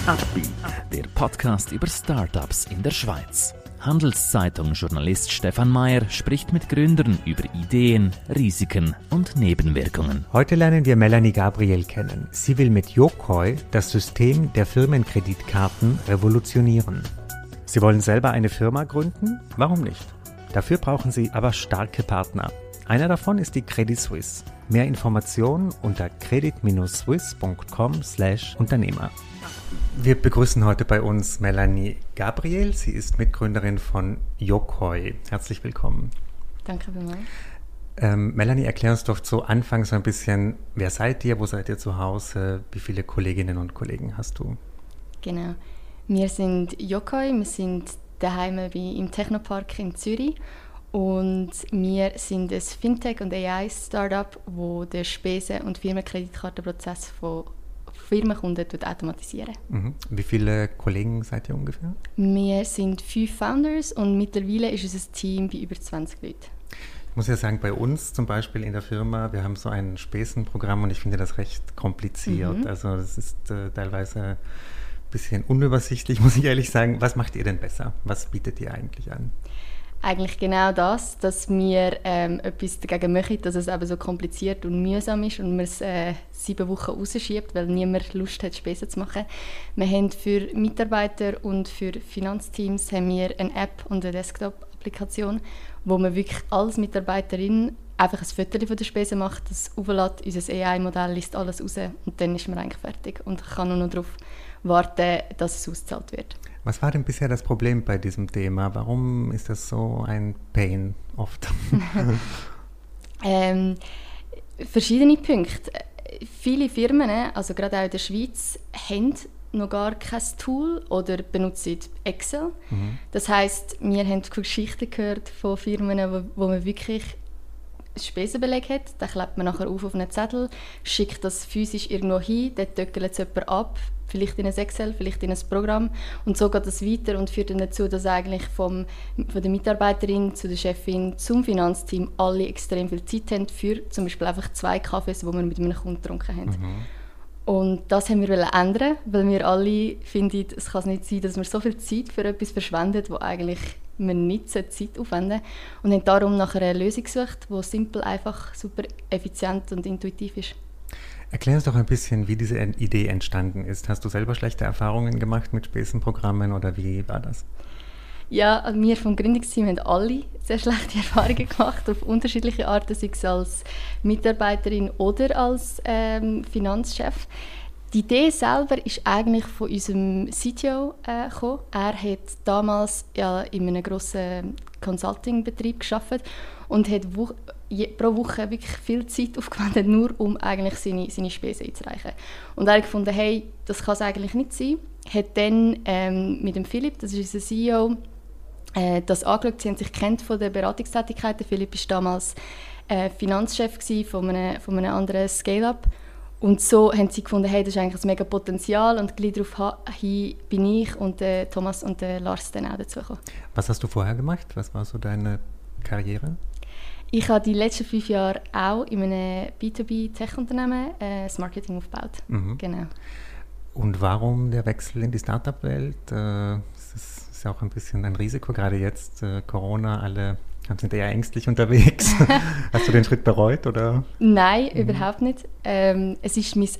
Upbeat, der Podcast über Startups in der Schweiz. Handelszeitung-Journalist Stefan Mayer spricht mit Gründern über Ideen, Risiken und Nebenwirkungen. Heute lernen wir Melanie Gabriel kennen. Sie will mit Yokoy das System der Firmenkreditkarten revolutionieren. Sie wollen selber eine Firma gründen? Warum nicht? Dafür brauchen Sie aber starke Partner. Einer davon ist die Credit Suisse. Mehr Informationen unter credit-suisse.com/Unternehmer. Wir begrüßen heute bei uns Melanie Gabriel. Sie ist Mitgründerin von Yokoy. Herzlich willkommen. Danke vielmals. Melanie, erklär uns doch zu Anfang so ein bisschen, wer seid ihr, wo seid ihr zu Hause, wie viele Kolleginnen und Kollegen hast du? Genau. Wir sind Yokoy, wir sind daheim im Technopark in Zürich und wir sind ein Fintech- und AI-Startup, das den Spesen- und Firmenkreditkartenprozess von Firmenkunden automatisieren. Wie viele Kollegen seid ihr ungefähr? Wir sind 5 Founders und mittlerweile ist unser Team bei über 20 Leuten. Ich muss ja sagen, bei uns zum Beispiel in der Firma, wir haben so ein Spesenprogramm und ich finde das recht kompliziert. Also das ist teilweise ein bisschen unübersichtlich, muss ich ehrlich sagen. Was macht ihr denn besser? Was bietet ihr eigentlich an? Eigentlich genau das, dass wir etwas dagegen machen, dass es eben so kompliziert und mühsam ist und man es 7 Wochen rausschiebt, weil niemand Lust hat, Spesen zu machen. Wir haben für Mitarbeiter und für Finanzteams haben wir eine App und eine Desktop-Applikation, wo man wirklich als Mitarbeiterin einfach ein Foto von der Spesen macht, das auflädt, unser AI-Modell liest alles raus und dann ist man eigentlich fertig und kann nur noch darauf warten, dass es ausgezahlt wird. Was war denn bisher das Problem bei diesem Thema? Warum ist das so ein Pain oft? Verschiedene Punkte. Viele Firmen, also gerade auch in der Schweiz, haben noch gar kein Tool oder benutzen Excel. Das heisst, wir haben Geschichten gehört von Firmen, wo man wirklich einen Spesenbeleg hat. Den klebt man nachher auf einen Zettel, schickt das physisch irgendwo hin, dort töckelt es jemand ab, vielleicht in ein Excel, vielleicht in ein Programm. Und so geht das weiter und führt dann dazu, dass eigentlich von der Mitarbeiterin zu der Chefin zum Finanzteam alle extrem viel Zeit haben für zum Beispiel einfach 2 Kaffees, die wir mit einem Kunden getrunken haben. Und das haben wir ändern, weil wir alle finden, es kann nicht sein, dass man so viel Zeit für etwas verschwendet, wo eigentlich man nicht Zeit aufwenden sollte. Und haben darum nach einer Lösung gesucht, die simpel, einfach, super effizient und intuitiv ist. Erklär uns doch ein bisschen, wie diese Idee entstanden ist. Hast du selber schlechte Erfahrungen gemacht mit Spesenprogrammen oder wie war das? Ja, wir vom Gründungsteam haben alle sehr schlechte Erfahrungen gemacht, auf unterschiedliche Arten, sei es als Mitarbeiterin oder als Finanzchef. Die Idee selber ist eigentlich von unserem CTO gekommen. Er hat damals in einem grossen Consulting-Betrieb gearbeitet und hat pro Woche wirklich viel Zeit aufgewendet, nur um eigentlich seine Spesen einzureichen. Und er hat gefunden, hey, das kann es eigentlich nicht sein. Hat dann mit dem Philipp, das ist unser CEO, das angeschaut. Sie haben sich kennt von der Beratungstätigkeit. Der Philipp war damals Finanzchef von einem anderen Scale-Up. Und so haben sie gefunden, hey, das ist eigentlich ein mega Potenzial. Und gleich daraufhin bin ich und Thomas und Lars dann auch dazugekommen. Was hast du vorher gemacht? Was war so deine Karriere? Ich habe die letzten 5 Jahre auch in einem B2B-Tech-Unternehmen das Marketing aufgebaut. Genau. Und warum der Wechsel in die Startup-Welt? Es ist ja auch ein bisschen ein Risiko, gerade jetzt Corona, alle sind eher ängstlich unterwegs. Hast du den Schritt bereut? Oder? Nein, überhaupt nicht. Es ist mein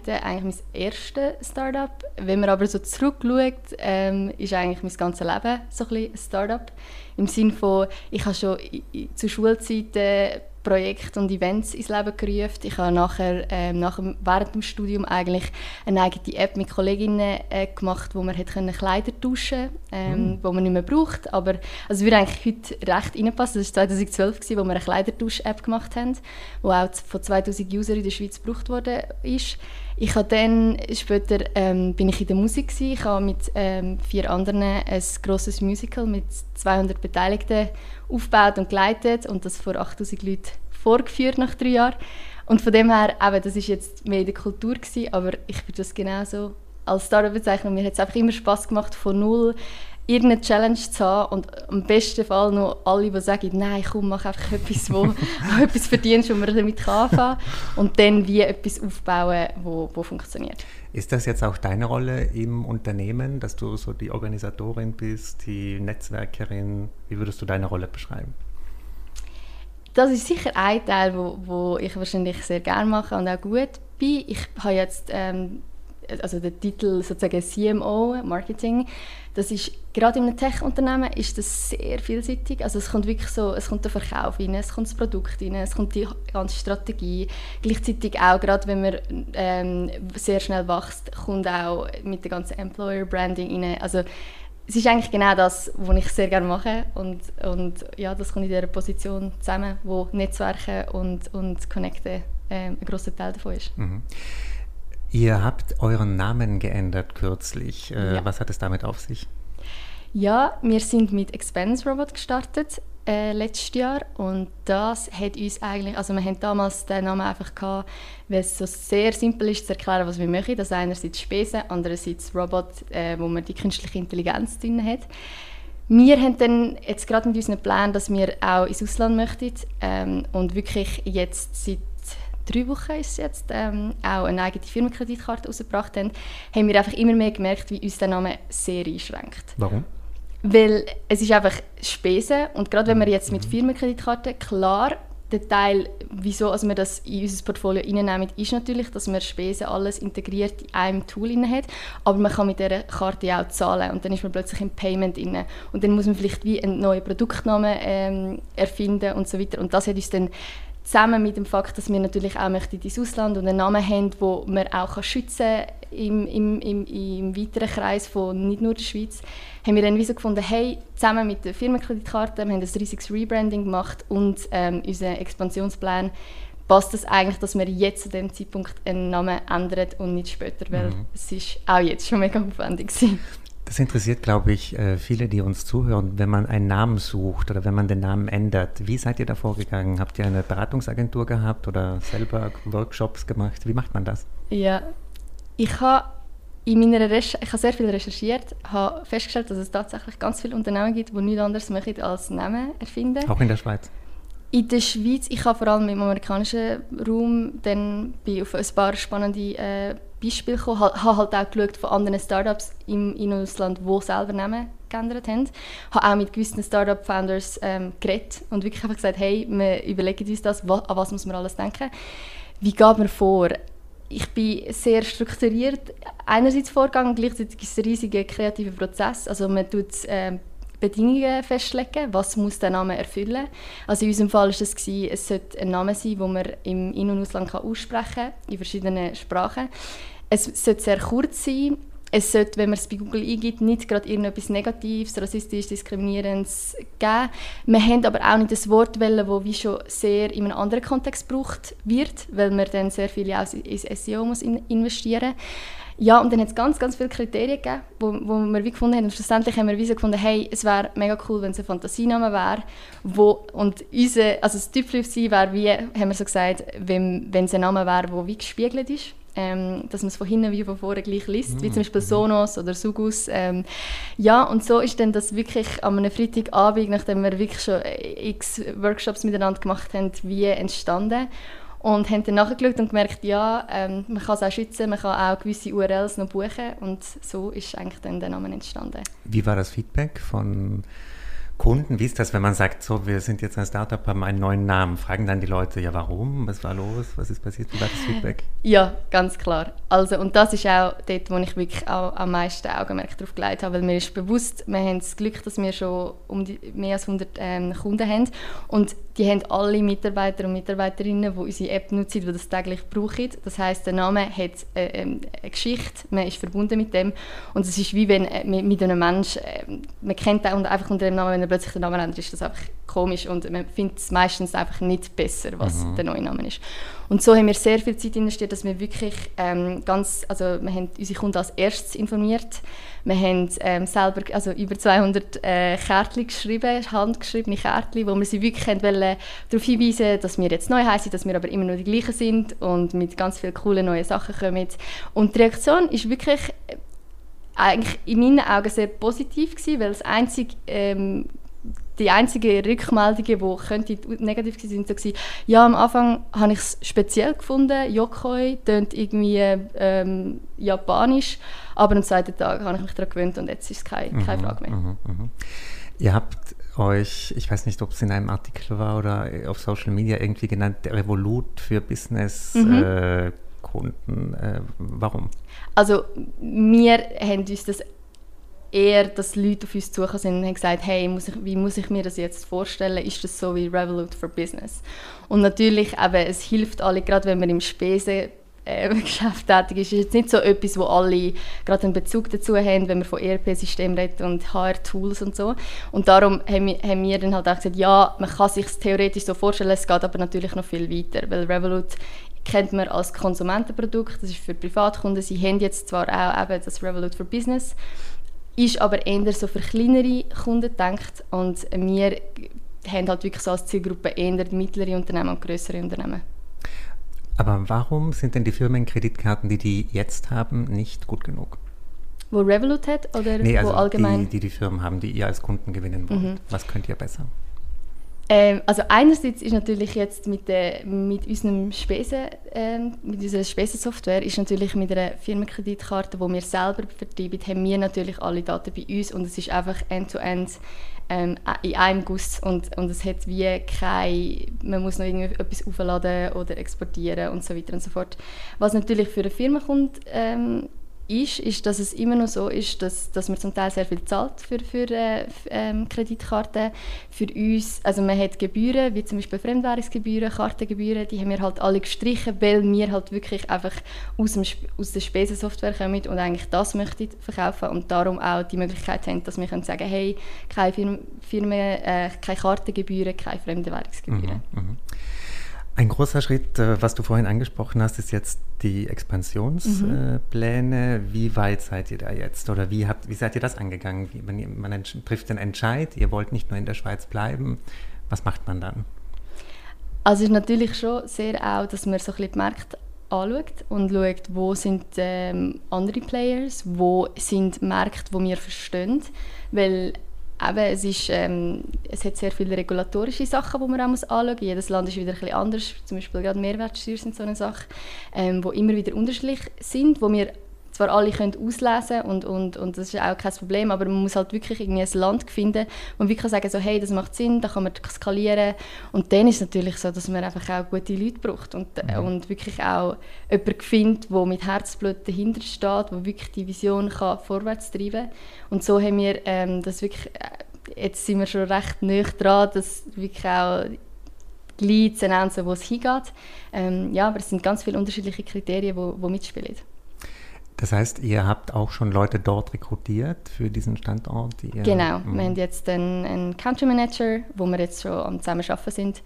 erstes Startup. Wenn man aber so zurückschaut, ist eigentlich mein ganzes Leben so ein bisschen ein Startup. Im Sinne von, ich habe schon zu Schulzeiten Projekte und Events ins Leben gerufen. Ich habe nachher, während dem Studium eigentlich eine eigene App mit Kolleginnen gemacht, wo man Kleider tauschen konnte, die man nicht mehr braucht. Aber also würde eigentlich heute recht reinpassen. Das war 2012, wo wir eine Kleidertausch-App gemacht haben, die auch von 2000 Usern in der Schweiz gebraucht worden ist. Ich habe dann später bin ich in der Musik gewesen. Ich habe mit 4 anderen ein grosses Musical mit 200 Beteiligten aufgebaut und geleitet und das vor 8000 Leuten vorgeführt nach 3 Jahren. Und von dem her, eben, das war jetzt mehr in der Kultur gewesen, aber ich würde das genauso als Startup bezeichnen. Mir hat es einfach immer Spass gemacht, von null irgendeine Challenge zu haben und im besten Fall noch alle, die sagen, nein, komm, mach einfach etwas, wo etwas verdienst, wo man damit anfangen kann und dann wie etwas aufbauen, wo funktioniert. Ist das jetzt auch deine Rolle im Unternehmen, dass du so die Organisatorin bist, die Netzwerkerin? Wie würdest du deine Rolle beschreiben? Das ist sicher ein Teil, wo ich wahrscheinlich sehr gerne mache und auch gut bin. Ich habe jetzt also den Titel sozusagen CMO, Marketing. Das ist, gerade in einem Tech-Unternehmen ist das sehr vielseitig. Also es kommt wirklich so, es kommt der Verkauf rein, es kommt das Produkt rein, es kommt die ganze Strategie. Gleichzeitig auch, gerade wenn man sehr schnell wächst, kommt auch mit der ganzen Employer-Branding rein. Also es ist eigentlich genau das, was ich sehr gerne mache und ja, das kommt in dieser Position zusammen, wo Netzwerke und Connecten ein grosser Teil davon ist. Mhm. Ihr habt euren Namen geändert kürzlich. Ja. Was hat es damit auf sich? Ja, wir sind mit Expense Robot gestartet letztes Jahr und das hat uns eigentlich, also wir haben damals den Namen einfach gehabt, weil es so sehr simpel ist zu erklären, was wir machen. Das einerseits Spesen, andererseits Robot, wo man die künstliche Intelligenz drin hat. Wir haben dann jetzt gerade mit unseren Plänen, dass wir auch ins Ausland möchten und wirklich jetzt seit 3 Wochen ist es jetzt, auch eine eigene Firmenkreditkarte rausgebracht haben wir einfach immer mehr gemerkt, wie uns der Name sehr einschränkt. Warum? Weil es ist einfach Spesen und gerade wenn wir jetzt mit Firmenkreditkarte, klar, der Teil, wieso also wir das in unser Portfolio reinnehmen, ist natürlich, dass man Spesen alles integriert in einem Tool hat, aber man kann mit dieser Karte auch zahlen und dann ist man plötzlich im Payment drin und dann muss man vielleicht wie einen neuen Produktnamen erfinden und so weiter und das hat uns dann zusammen mit dem Fakt, dass wir natürlich auch möchten ins Ausland und einen Namen haben, den man auch schützen kann im weiteren Kreis von nicht nur der Schweiz, haben wir dann wie so gefunden, hey, zusammen mit der Firmenkreditkarte, wir haben ein riesiges Rebranding gemacht und unseren Expansionsplan passt es eigentlich, dass wir jetzt zu dem Zeitpunkt einen Namen ändern und nicht später, weil es ist auch jetzt schon mega aufwendig gewesen. Das interessiert, glaube ich, viele, die uns zuhören, wenn man einen Namen sucht oder wenn man den Namen ändert. Wie seid ihr da vorgegangen? Habt ihr eine Beratungsagentur gehabt oder selber Workshops gemacht? Wie macht man das? Ja, ich habe sehr viel recherchiert, habe festgestellt, dass es tatsächlich ganz viele Unternehmen gibt, die nichts anderes machen als Namen erfinden. Auch in der Schweiz? In der Schweiz, ich habe vor allem im amerikanischen Raum dann bin auf ein paar spannende Beispiele gekommen, habe halt auch geschaut von anderen Startups im Ausland, die selber Namen geändert haben. Habe auch mit gewissen Startup-Founders geredet und wirklich einfach gesagt, hey, wir überlegen uns das, an was muss man alles denken. Wie geht man vor? Ich bin sehr strukturiert einerseits vorgegangen, gleichzeitig ist es ein riesiger kreativer Prozess. Also man tut Bedingungen festlegen, was muss der Name erfüllen. Also in unserem Fall war es sollte ein Name sein, den man im In- und Ausland aussprechen kann, in verschiedenen Sprachen. Es sollte sehr kurz sein. Es sollte, wenn man es bei Google eingibt, nicht gerade irgendetwas Negatives, rassistisch, diskriminierendes geben. Wir haben aber auch nicht das Wort wählen, das wie schon sehr in einem anderen Kontext gebraucht wird, weil man dann sehr viel auch ins SEO muss investieren muss. Ja, und dann hat es ganz, ganz viele Kriterien gegeben, wo wir wie gefunden haben. Und schlussendlich haben wir wie so gefunden, hey, es wäre mega cool, wenn es ein Fantasiename wäre. Und das Tüpfchen auf sie wäre wie, haben wir so gesagt, wenn es ein Name wäre, der wie gespiegelt ist. Dass man es von hinten wie von vorne gleich liest, wie zum Beispiel Sonos oder Sugus. Ja, und so ist dann das wirklich an einem Freitagabend, nachdem wir wirklich schon x Workshops miteinander gemacht haben, wie entstanden. Und haben dann nachgeschaut und gemerkt, ja, man kann es auch schützen, man kann auch gewisse URLs noch buchen und so ist eigentlich dann der Name entstanden. Wie war das Feedback von Kunden? Wie ist das, wenn man sagt, so, wir sind jetzt ein Startup, haben einen neuen Namen? Fragen dann die Leute, ja warum? Was war los? Was ist passiert? Wie war das Feedback? Ja, ganz klar. Also, und das ist auch dort, wo ich wirklich auch am meisten Augenmerk darauf gelegt habe, weil mir ist bewusst, wir haben das Glück, dass wir schon mehr als 100 Kunden haben und die haben alle Mitarbeiter und Mitarbeiterinnen, die unsere App nutzen, die das täglich brauchen. Das heisst, der Name hat eine Geschichte, man ist verbunden mit dem und es ist wie wenn mit einem Menschen, man kennt auch einfach unter dem Namen, wenn er plötzlich den Namen ändert, ist das einfach komisch und man findet es meistens einfach nicht besser, was der neue Name ist. Und so haben wir sehr viel Zeit investiert, dass wir wirklich wir haben unsere Kunden als erstes informiert. Wir haben selber über 200 Kärtchen geschrieben, handgeschriebene Kärtchen, wo wir sie wirklich darauf hinweisen, dass wir jetzt neu heißen, dass wir aber immer noch die gleichen sind und mit ganz vielen coolen neuen Sachen kommen. Und die Reaktion ist wirklich eigentlich in meinen Augen sehr positiv gewesen, weil die einzigen Rückmeldungen, die negativ waren, waren so, ja, am Anfang habe ich es speziell gefunden, Yokoi tönt irgendwie japanisch, aber am zweiten Tag habe ich mich daran gewöhnt und jetzt ist es keine Frage mehr. Ihr habt euch, ich weiß nicht, ob es in einem Artikel war oder auf Social Media irgendwie genannt, Revolut für Business-Kunden. Warum? Also wir haben uns das eher, dass Leute auf uns zugekommen sind und haben gesagt, hey, wie muss ich mir das jetzt vorstellen? Ist das so wie Revolut for Business? Und natürlich, eben, es hilft alle, gerade wenn man im Spesengeschäft tätig ist. Es ist jetzt nicht so etwas, wo alle gerade einen Bezug dazu haben, wenn man von ERP-Systemen redet und HR-Tools und so. Und darum haben wir dann halt auch gesagt, ja, man kann sich es theoretisch so vorstellen, es geht aber natürlich noch viel weiter, weil Revolut kennt man als Konsumentenprodukt, das ist für Privatkunden. Sie haben jetzt zwar auch eben das Revolut for Business, ist aber eher so für kleinere Kunden gedacht und wir haben halt wirklich so als Zielgruppe eher mittlere Unternehmen und grössere Unternehmen. Aber warum sind denn die Firmenkreditkarten, die jetzt haben, nicht gut genug? Wo Revolut hat oder nee, also wo allgemein? Die Firmen haben, die ihr als Kunden gewinnen wollt. Was könnt ihr besser? Also einerseits ist natürlich jetzt mit unserem mit unserer Spesensoftware ist natürlich mit einer Firmenkreditkarte, die wir selber vertreiben, haben wir natürlich alle Daten bei uns und es ist einfach end-to-end in einem Guss und es hat wie man muss noch irgendwie etwas aufladen oder exportieren und so weiter und so fort. Was natürlich für eine Firmenkunde ist, dass es immer noch so ist, dass man zum Teil sehr viel zahlt für Kreditkarten. Für uns, also man hat Gebühren, wie zum Beispiel Fremdwährungsgebühren, Kartengebühren, die haben wir halt alle gestrichen, weil wir halt wirklich einfach aus der Spesensoftware kommen und eigentlich das möchten verkaufen und darum auch die Möglichkeit haben, dass wir können sagen, hey, keine Kartengebühren, keine Fremdwährungsgebühren. Ein großer Schritt, was du vorhin angesprochen hast, ist jetzt die Expansionspläne. Wie weit seid ihr da jetzt? Oder wie seid ihr das angegangen? Man trifft den Entscheid, ihr wollt nicht nur in der Schweiz bleiben. Was macht man dann? Also es ist natürlich schon sehr auch, dass man so ein bisschen die Märkte anschaut und schaut, wo sind andere Players, wo sind Märkte, die wir verstehen. Weil eben, es hat sehr viele regulatorische Sachen, die man auch anschauen muss. Jedes Land ist wieder ein bisschen anders. Zum Beispiel gerade Mehrwertsteuer sind so eine Sache, die immer wieder unterschiedlich sind, wo wir zwar alle können auslesen und das ist auch kein Problem, aber man muss halt wirklich irgendwie ein Land finden, wo man wirklich sagen so, hey, das macht Sinn, da kann man skalieren. Und dann ist es natürlich so, dass man einfach auch gute Leute braucht und wirklich auch jemanden findet, der mit Herzblut dahinter steht, der wirklich die Vision kann vorwärts treiben kann. Und so haben wir das wirklich, jetzt sind wir schon recht nahe dran, dass wirklich auch gleich zu nennen, wo es hingeht. Ja, aber es sind ganz viele unterschiedliche Kriterien, die mitspielen. Das heißt, ihr habt auch schon Leute dort rekrutiert für diesen Standort? Genau, wir haben jetzt einen Country Manager, wo wir jetzt schon am Zusammenarbeiten sind,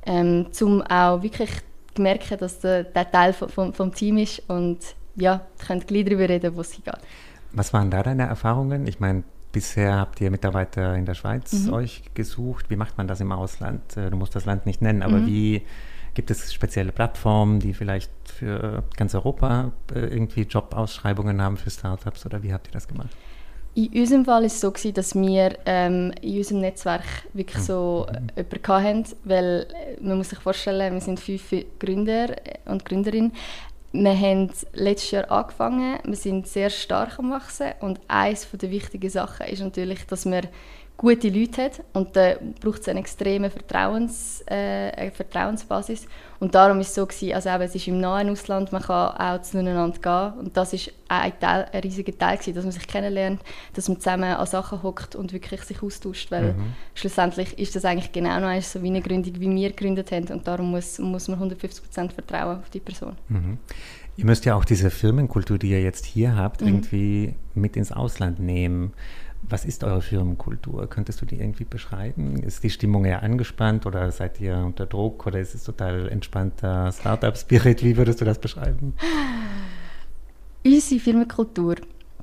um auch wirklich zu merken, dass der Teil vom Team ist und ja, ihr könnt gleich darüber reden, wo es hingeht. Was waren da deine Erfahrungen? Ich meine, bisher habt ihr Mitarbeiter in der Schweiz euch gesucht. Wie macht man das im Ausland? Du musst das Land nicht nennen, aber wie... Gibt es spezielle Plattformen, die vielleicht für ganz Europa irgendwie Jobausschreibungen haben für Startups oder wie habt ihr das gemacht? In unserem Fall war es so, dass wir in unserem Netzwerk wirklich so jemanden hatten, weil man muss sich vorstellen, wir sind 5 Gründer und Gründerinnen. Wir haben letztes Jahr angefangen, wir sind sehr stark am Wachsen und eines der wichtigen Sachen ist natürlich, dass man gute Leute hat und da braucht es eine extreme Vertrauensbasis und darum war es so, also eben, es ist im nahen Ausland, man kann auch zueinander gehen und das ist ein riesiger Teil gewesen, dass man sich kennenlernt, dass man zusammen an Sachen hockt und wirklich sich austauscht, weil schlussendlich ist das eigentlich genau noch so wie eine Gründung, wie wir gegründet haben und darum muss man 150% vertrauen auf die Person. Ihr müsst ja auch diese Firmenkultur, die ihr jetzt hier habt, irgendwie mit ins Ausland nehmen. Was ist eure Firmenkultur? Könntest du die irgendwie beschreiben? Ist die Stimmung eher angespannt oder seid ihr unter Druck oder ist es total entspannter Startup-Spirit? Wie würdest du das beschreiben? Unsere Firmenkultur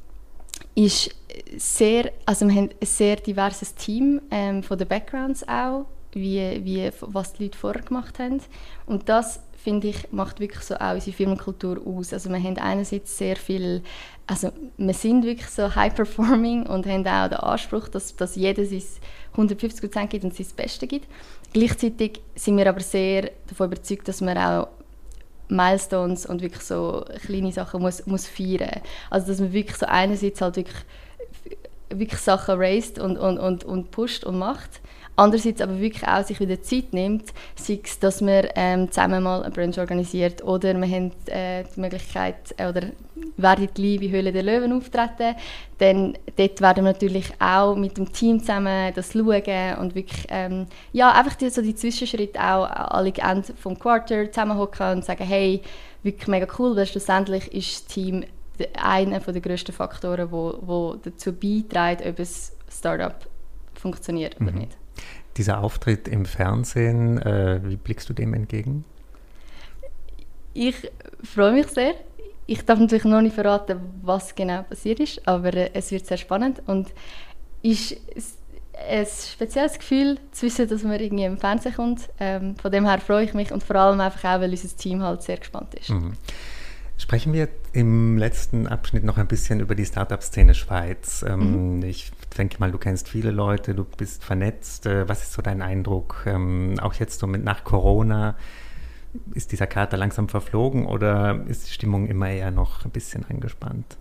ist also wir haben ein sehr diverses Team von den Backgrounds auch, was die Leute vorher gemacht haben. Und das finde ich, macht wirklich so auch unsere Firmenkultur aus. Also wir haben einerseits sehr viel, also wir sind wirklich so high-performing und haben auch den Anspruch, dass jeder sein 150% gibt und sein Bestes gibt. Gleichzeitig sind wir aber sehr davon überzeugt, dass man auch Milestones und wirklich so kleine Sachen muss feiern. Also dass man wirklich so einerseits halt wirklich Sachen raised und pusht und macht. Andererseits aber wirklich auch sich wieder Zeit nimmt, sei es, dass man zusammen mal einen Brunch organisiert oder wir haben die Möglichkeit oder werden gleich bei Höhle der Löwen auftreten. Dann dort werden wir natürlich auch mit dem Team zusammen das schauen und wirklich einfach die Zwischenschritte auch alle Ende vom Quarter zusammenhocken und sagen, hey, wirklich mega cool, weil schlussendlich ist das Team einer der grössten Faktoren, wo dazu beiträgt, ob ein Startup funktioniert oder nicht. Dieser Auftritt im Fernsehen, wie blickst du dem entgegen? Ich freue mich sehr. Ich darf natürlich noch nicht verraten, was genau passiert ist, aber es wird sehr spannend und ist ein spezielles Gefühl zu wissen, dass man irgendwie im Fernsehen kommt. Von dem her freue ich mich und vor allem einfach auch, weil unser Team halt sehr gespannt ist. Mhm. Sprechen wir im letzten Abschnitt noch ein bisschen über die Startup-Szene Schweiz. Ich denke mal, du kennst viele Leute, du bist vernetzt. Was ist so dein Eindruck? Auch jetzt so nach Corona, ist dieser Kater langsam verflogen oder ist die Stimmung immer eher noch ein bisschen angespannt?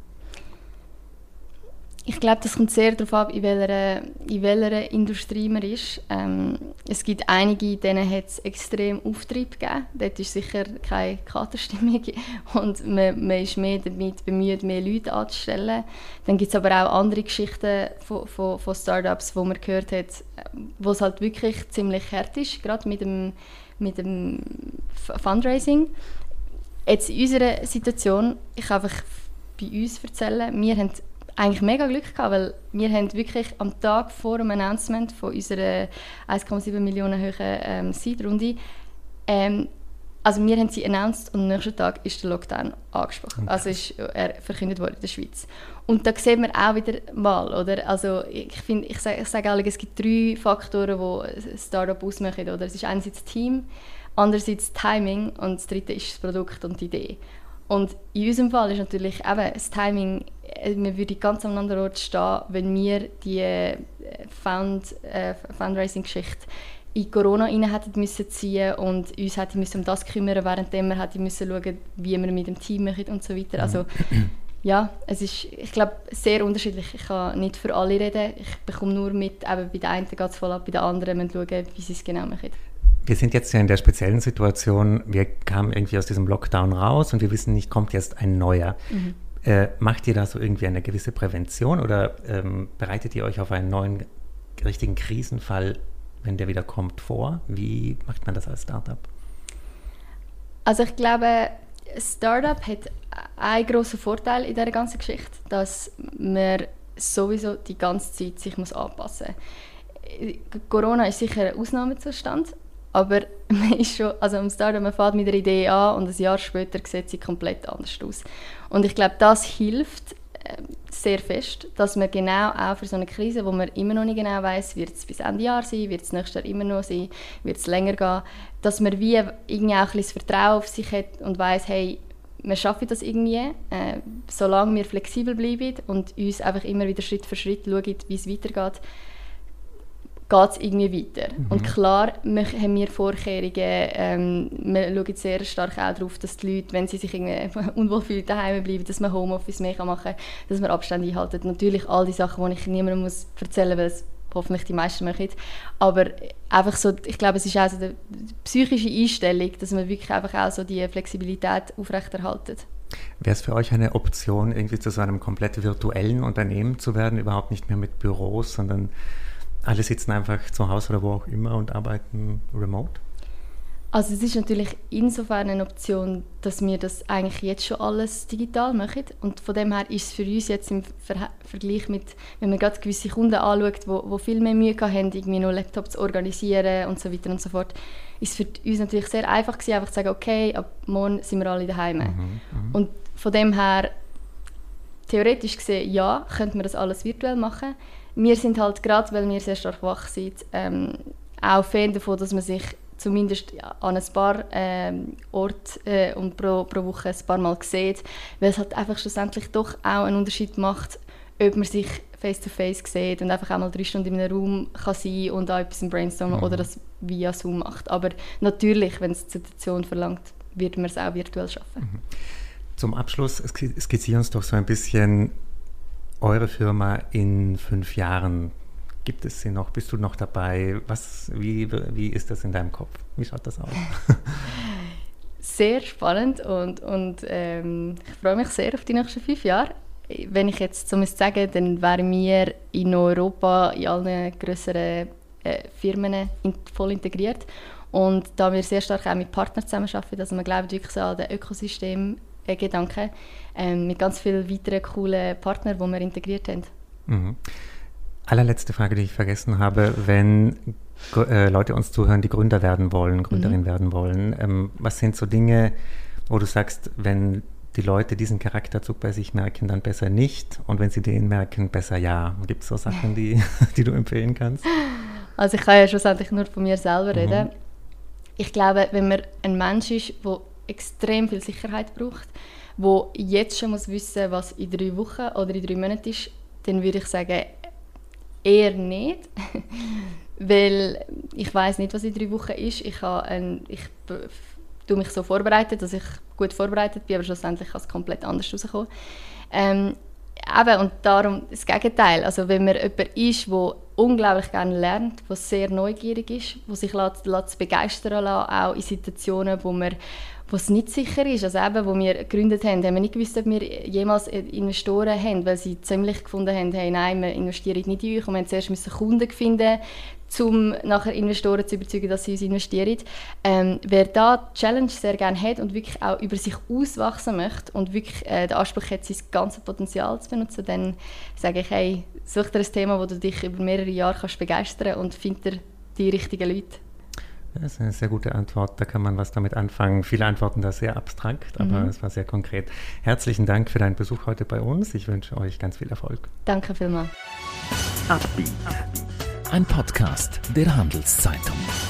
Ich glaube, das kommt sehr darauf ab, in welcher Industrie man ist. Es gibt einige, denen hat es extrem Auftrieb gegeben. Dort ist sicher keine Katerstimmung und man ist mehr damit bemüht, mehr Leute anzustellen. Dann gibt es aber auch andere Geschichten von Startups, wo man gehört hat, wo es halt wirklich ziemlich hart ist, gerade mit dem Fundraising. Jetzt in unserer Situation, ich kann einfach bei uns erzählen, wir haben eigentlich mega Glück gehabt, weil wir haben wirklich am Tag vor dem Announcement von unserer 1,7 Millionen hohen Seed-Runde, also wir haben sie announced und am nächsten Tag ist der Lockdown angesprochen. Okay. Also ist er verkündet worden in der Schweiz. Und da sieht man auch wieder mal, oder? Also ich sage auch, es gibt 3 Faktoren, die ein Startup ausmachen, oder? Es ist einerseits das Team, andererseits das Timing und das dritte ist das Produkt und die Idee. Und in unserem Fall ist natürlich eben das Timing, wir würden ganz am anderen Ort stehen, wenn wir die Fundraising-Geschichte in Corona rein hätten müssen ziehen und uns hätten müssen um das kümmern, während wir hätten müssen schauen, wie wir mit dem Team machen und so weiter. Also ja, es ist, ich glaube, sehr unterschiedlich. Ich kann nicht für alle reden. Ich bekomme nur mit, eben bei den einen geht es voll ab, bei den anderen müssen wir schauen, wie sie es genau machen. Wir sind jetzt ja in der speziellen Situation, wir kamen irgendwie aus diesem Lockdown raus und wir wissen nicht, kommt jetzt ein neuer. Macht ihr da so irgendwie eine gewisse Prävention oder bereitet ihr euch auf einen neuen richtigen Krisenfall, wenn der wieder kommt, vor? Wie macht man das als Startup? Also ich glaube, ein Startup hat einen grossen Vorteil in dieser ganzen Geschichte, dass man sowieso die ganze Zeit sich anpassen muss. Corona ist sicher ein Ausnahmezustand, aber man ist schon, also am Startup, man fängt mit einer Idee an und ein Jahr später sieht sie komplett anders aus. Und ich glaube, das hilft sehr fest, dass man genau auch für so eine Krise, wo man immer noch nicht genau weiss, wird es bis Ende Jahr sein, wird es nächstes Jahr immer noch sein, wird es länger gehen, dass man wie irgendwie auch ein bisschen das Vertrauen auf sich hat und weiss, hey, wir schaffen das irgendwie, solange wir flexibel bleiben und uns einfach immer wieder Schritt für Schritt schauen, wie es weitergeht, geht es irgendwie weiter. Und klar haben wir Vorkehrungen, wir schauen sehr stark auch darauf, dass die Leute, wenn sie sich irgendwie unwohl fühlen, daheim bleiben, dass man Homeoffice mehr machen kann, dass man Abstände einhalten. Natürlich all die Sachen, die ich niemandem erzählen muss, weil es hoffentlich die meisten machen. Aber einfach so, ich glaube, es ist auch so die psychische Einstellung, dass man wirklich einfach auch so die Flexibilität aufrechterhaltet. Wäre es für euch eine Option, irgendwie zu so einem komplett virtuellen Unternehmen zu werden, überhaupt nicht mehr mit Büros, sondern alle sitzen einfach zu Hause oder wo auch immer und arbeiten remote? Also es ist natürlich insofern eine Option, dass wir das eigentlich jetzt schon alles digital machen. Und von dem her ist es für uns jetzt im Vergleich mit, wenn man gerade gewisse Kunden anschaut, wo viel mehr Mühe haben, irgendwie noch Laptops zu organisieren und so weiter und so fort, ist es für uns natürlich sehr einfach gewesen, einfach zu sagen, okay, ab morgen sind wir alle daheim. Und von dem her, theoretisch gesehen, ja, könnte man das alles virtuell machen. Wir sind halt gerade, weil wir sehr stark wach sind, auch Fan davon, dass man sich zumindest an ein paar Orten und pro Woche ein paar Mal sieht, weil es halt einfach schlussendlich doch auch einen Unterschied macht, ob man sich face-to-face sieht und einfach einmal 3 Stunden in einem Raum kann sein und auch etwas im Brainstormen oder das via Zoom macht. Aber natürlich, wenn es die Situation verlangt, wird man es auch virtuell schaffen. Zum Abschluss skizzieren uns doch so ein bisschen eure Firma in 5 Jahren. Gibt es sie noch? Bist du noch dabei? Wie ist das in deinem Kopf? Wie schaut das aus? Sehr spannend und ich freue mich sehr auf die nächsten 5 Jahre. Wenn ich jetzt so sagen müsste, dann wären wir in Europa in allen grösseren Firmen voll integriert. Und da wir sehr stark auch mit Partnern zusammenarbeiten, also wir glauben wirklich so an den Ökosystem-Gedanken, mit ganz vielen weiteren coolen Partnern, die wir integriert haben. Mhm. Allerletzte Frage, die ich vergessen habe, wenn Leute uns zuhören, die Gründer werden wollen, Gründerin werden wollen, was sind so Dinge, wo du sagst, wenn die Leute diesen Charakterzug bei sich merken, dann besser nicht und wenn sie den merken, besser ja. Gibt es so Sachen, die du empfehlen kannst? Also ich kann ja schlussendlich nur von mir selber reden. Ich glaube, wenn man ein Mensch ist, der extrem viel Sicherheit braucht, der jetzt schon muss wissen, was in 3 Wochen oder in 3 Monaten ist, dann würde ich sagen, eher nicht. Weil ich weiss nicht, was in 3 Wochen ist. Ich tue mich so vorbereitet, dass ich gut vorbereitet bin, aber schlussendlich kann es komplett anders rauskommen. Und darum das Gegenteil. Also wenn man jemand ist, der unglaublich gerne lernt, der sehr neugierig ist, der sich lässt begeistern lässt, auch in Situationen, wo es nicht sicher ist. Also eben, wo wir gegründet haben wir nicht gewusst, ob wir jemals Investoren haben, weil sie ziemlich gefunden haben, hey, nein, wir investieren nicht in euch. Und wir mussten zuerst Kunden finden, um nachher Investoren zu überzeugen, dass sie uns investieren. Wer da die Challenge sehr gerne hat und wirklich auch über sich auswachsen möchte und wirklich den Anspruch hat, sein ganzes Potenzial zu benutzen, dann sage ich, hey, such dir ein Thema, wo du dich über mehrere Jahre kannst begeistern und find dir die richtigen Leute. Das ist eine sehr gute Antwort, da kann man was damit anfangen. Viele antworten da sehr abstrakt, aber es war sehr konkret. Herzlichen Dank für deinen Besuch heute bei uns. Ich wünsche euch ganz viel Erfolg. Danke vielmals. Ein Podcast der Handelszeitung.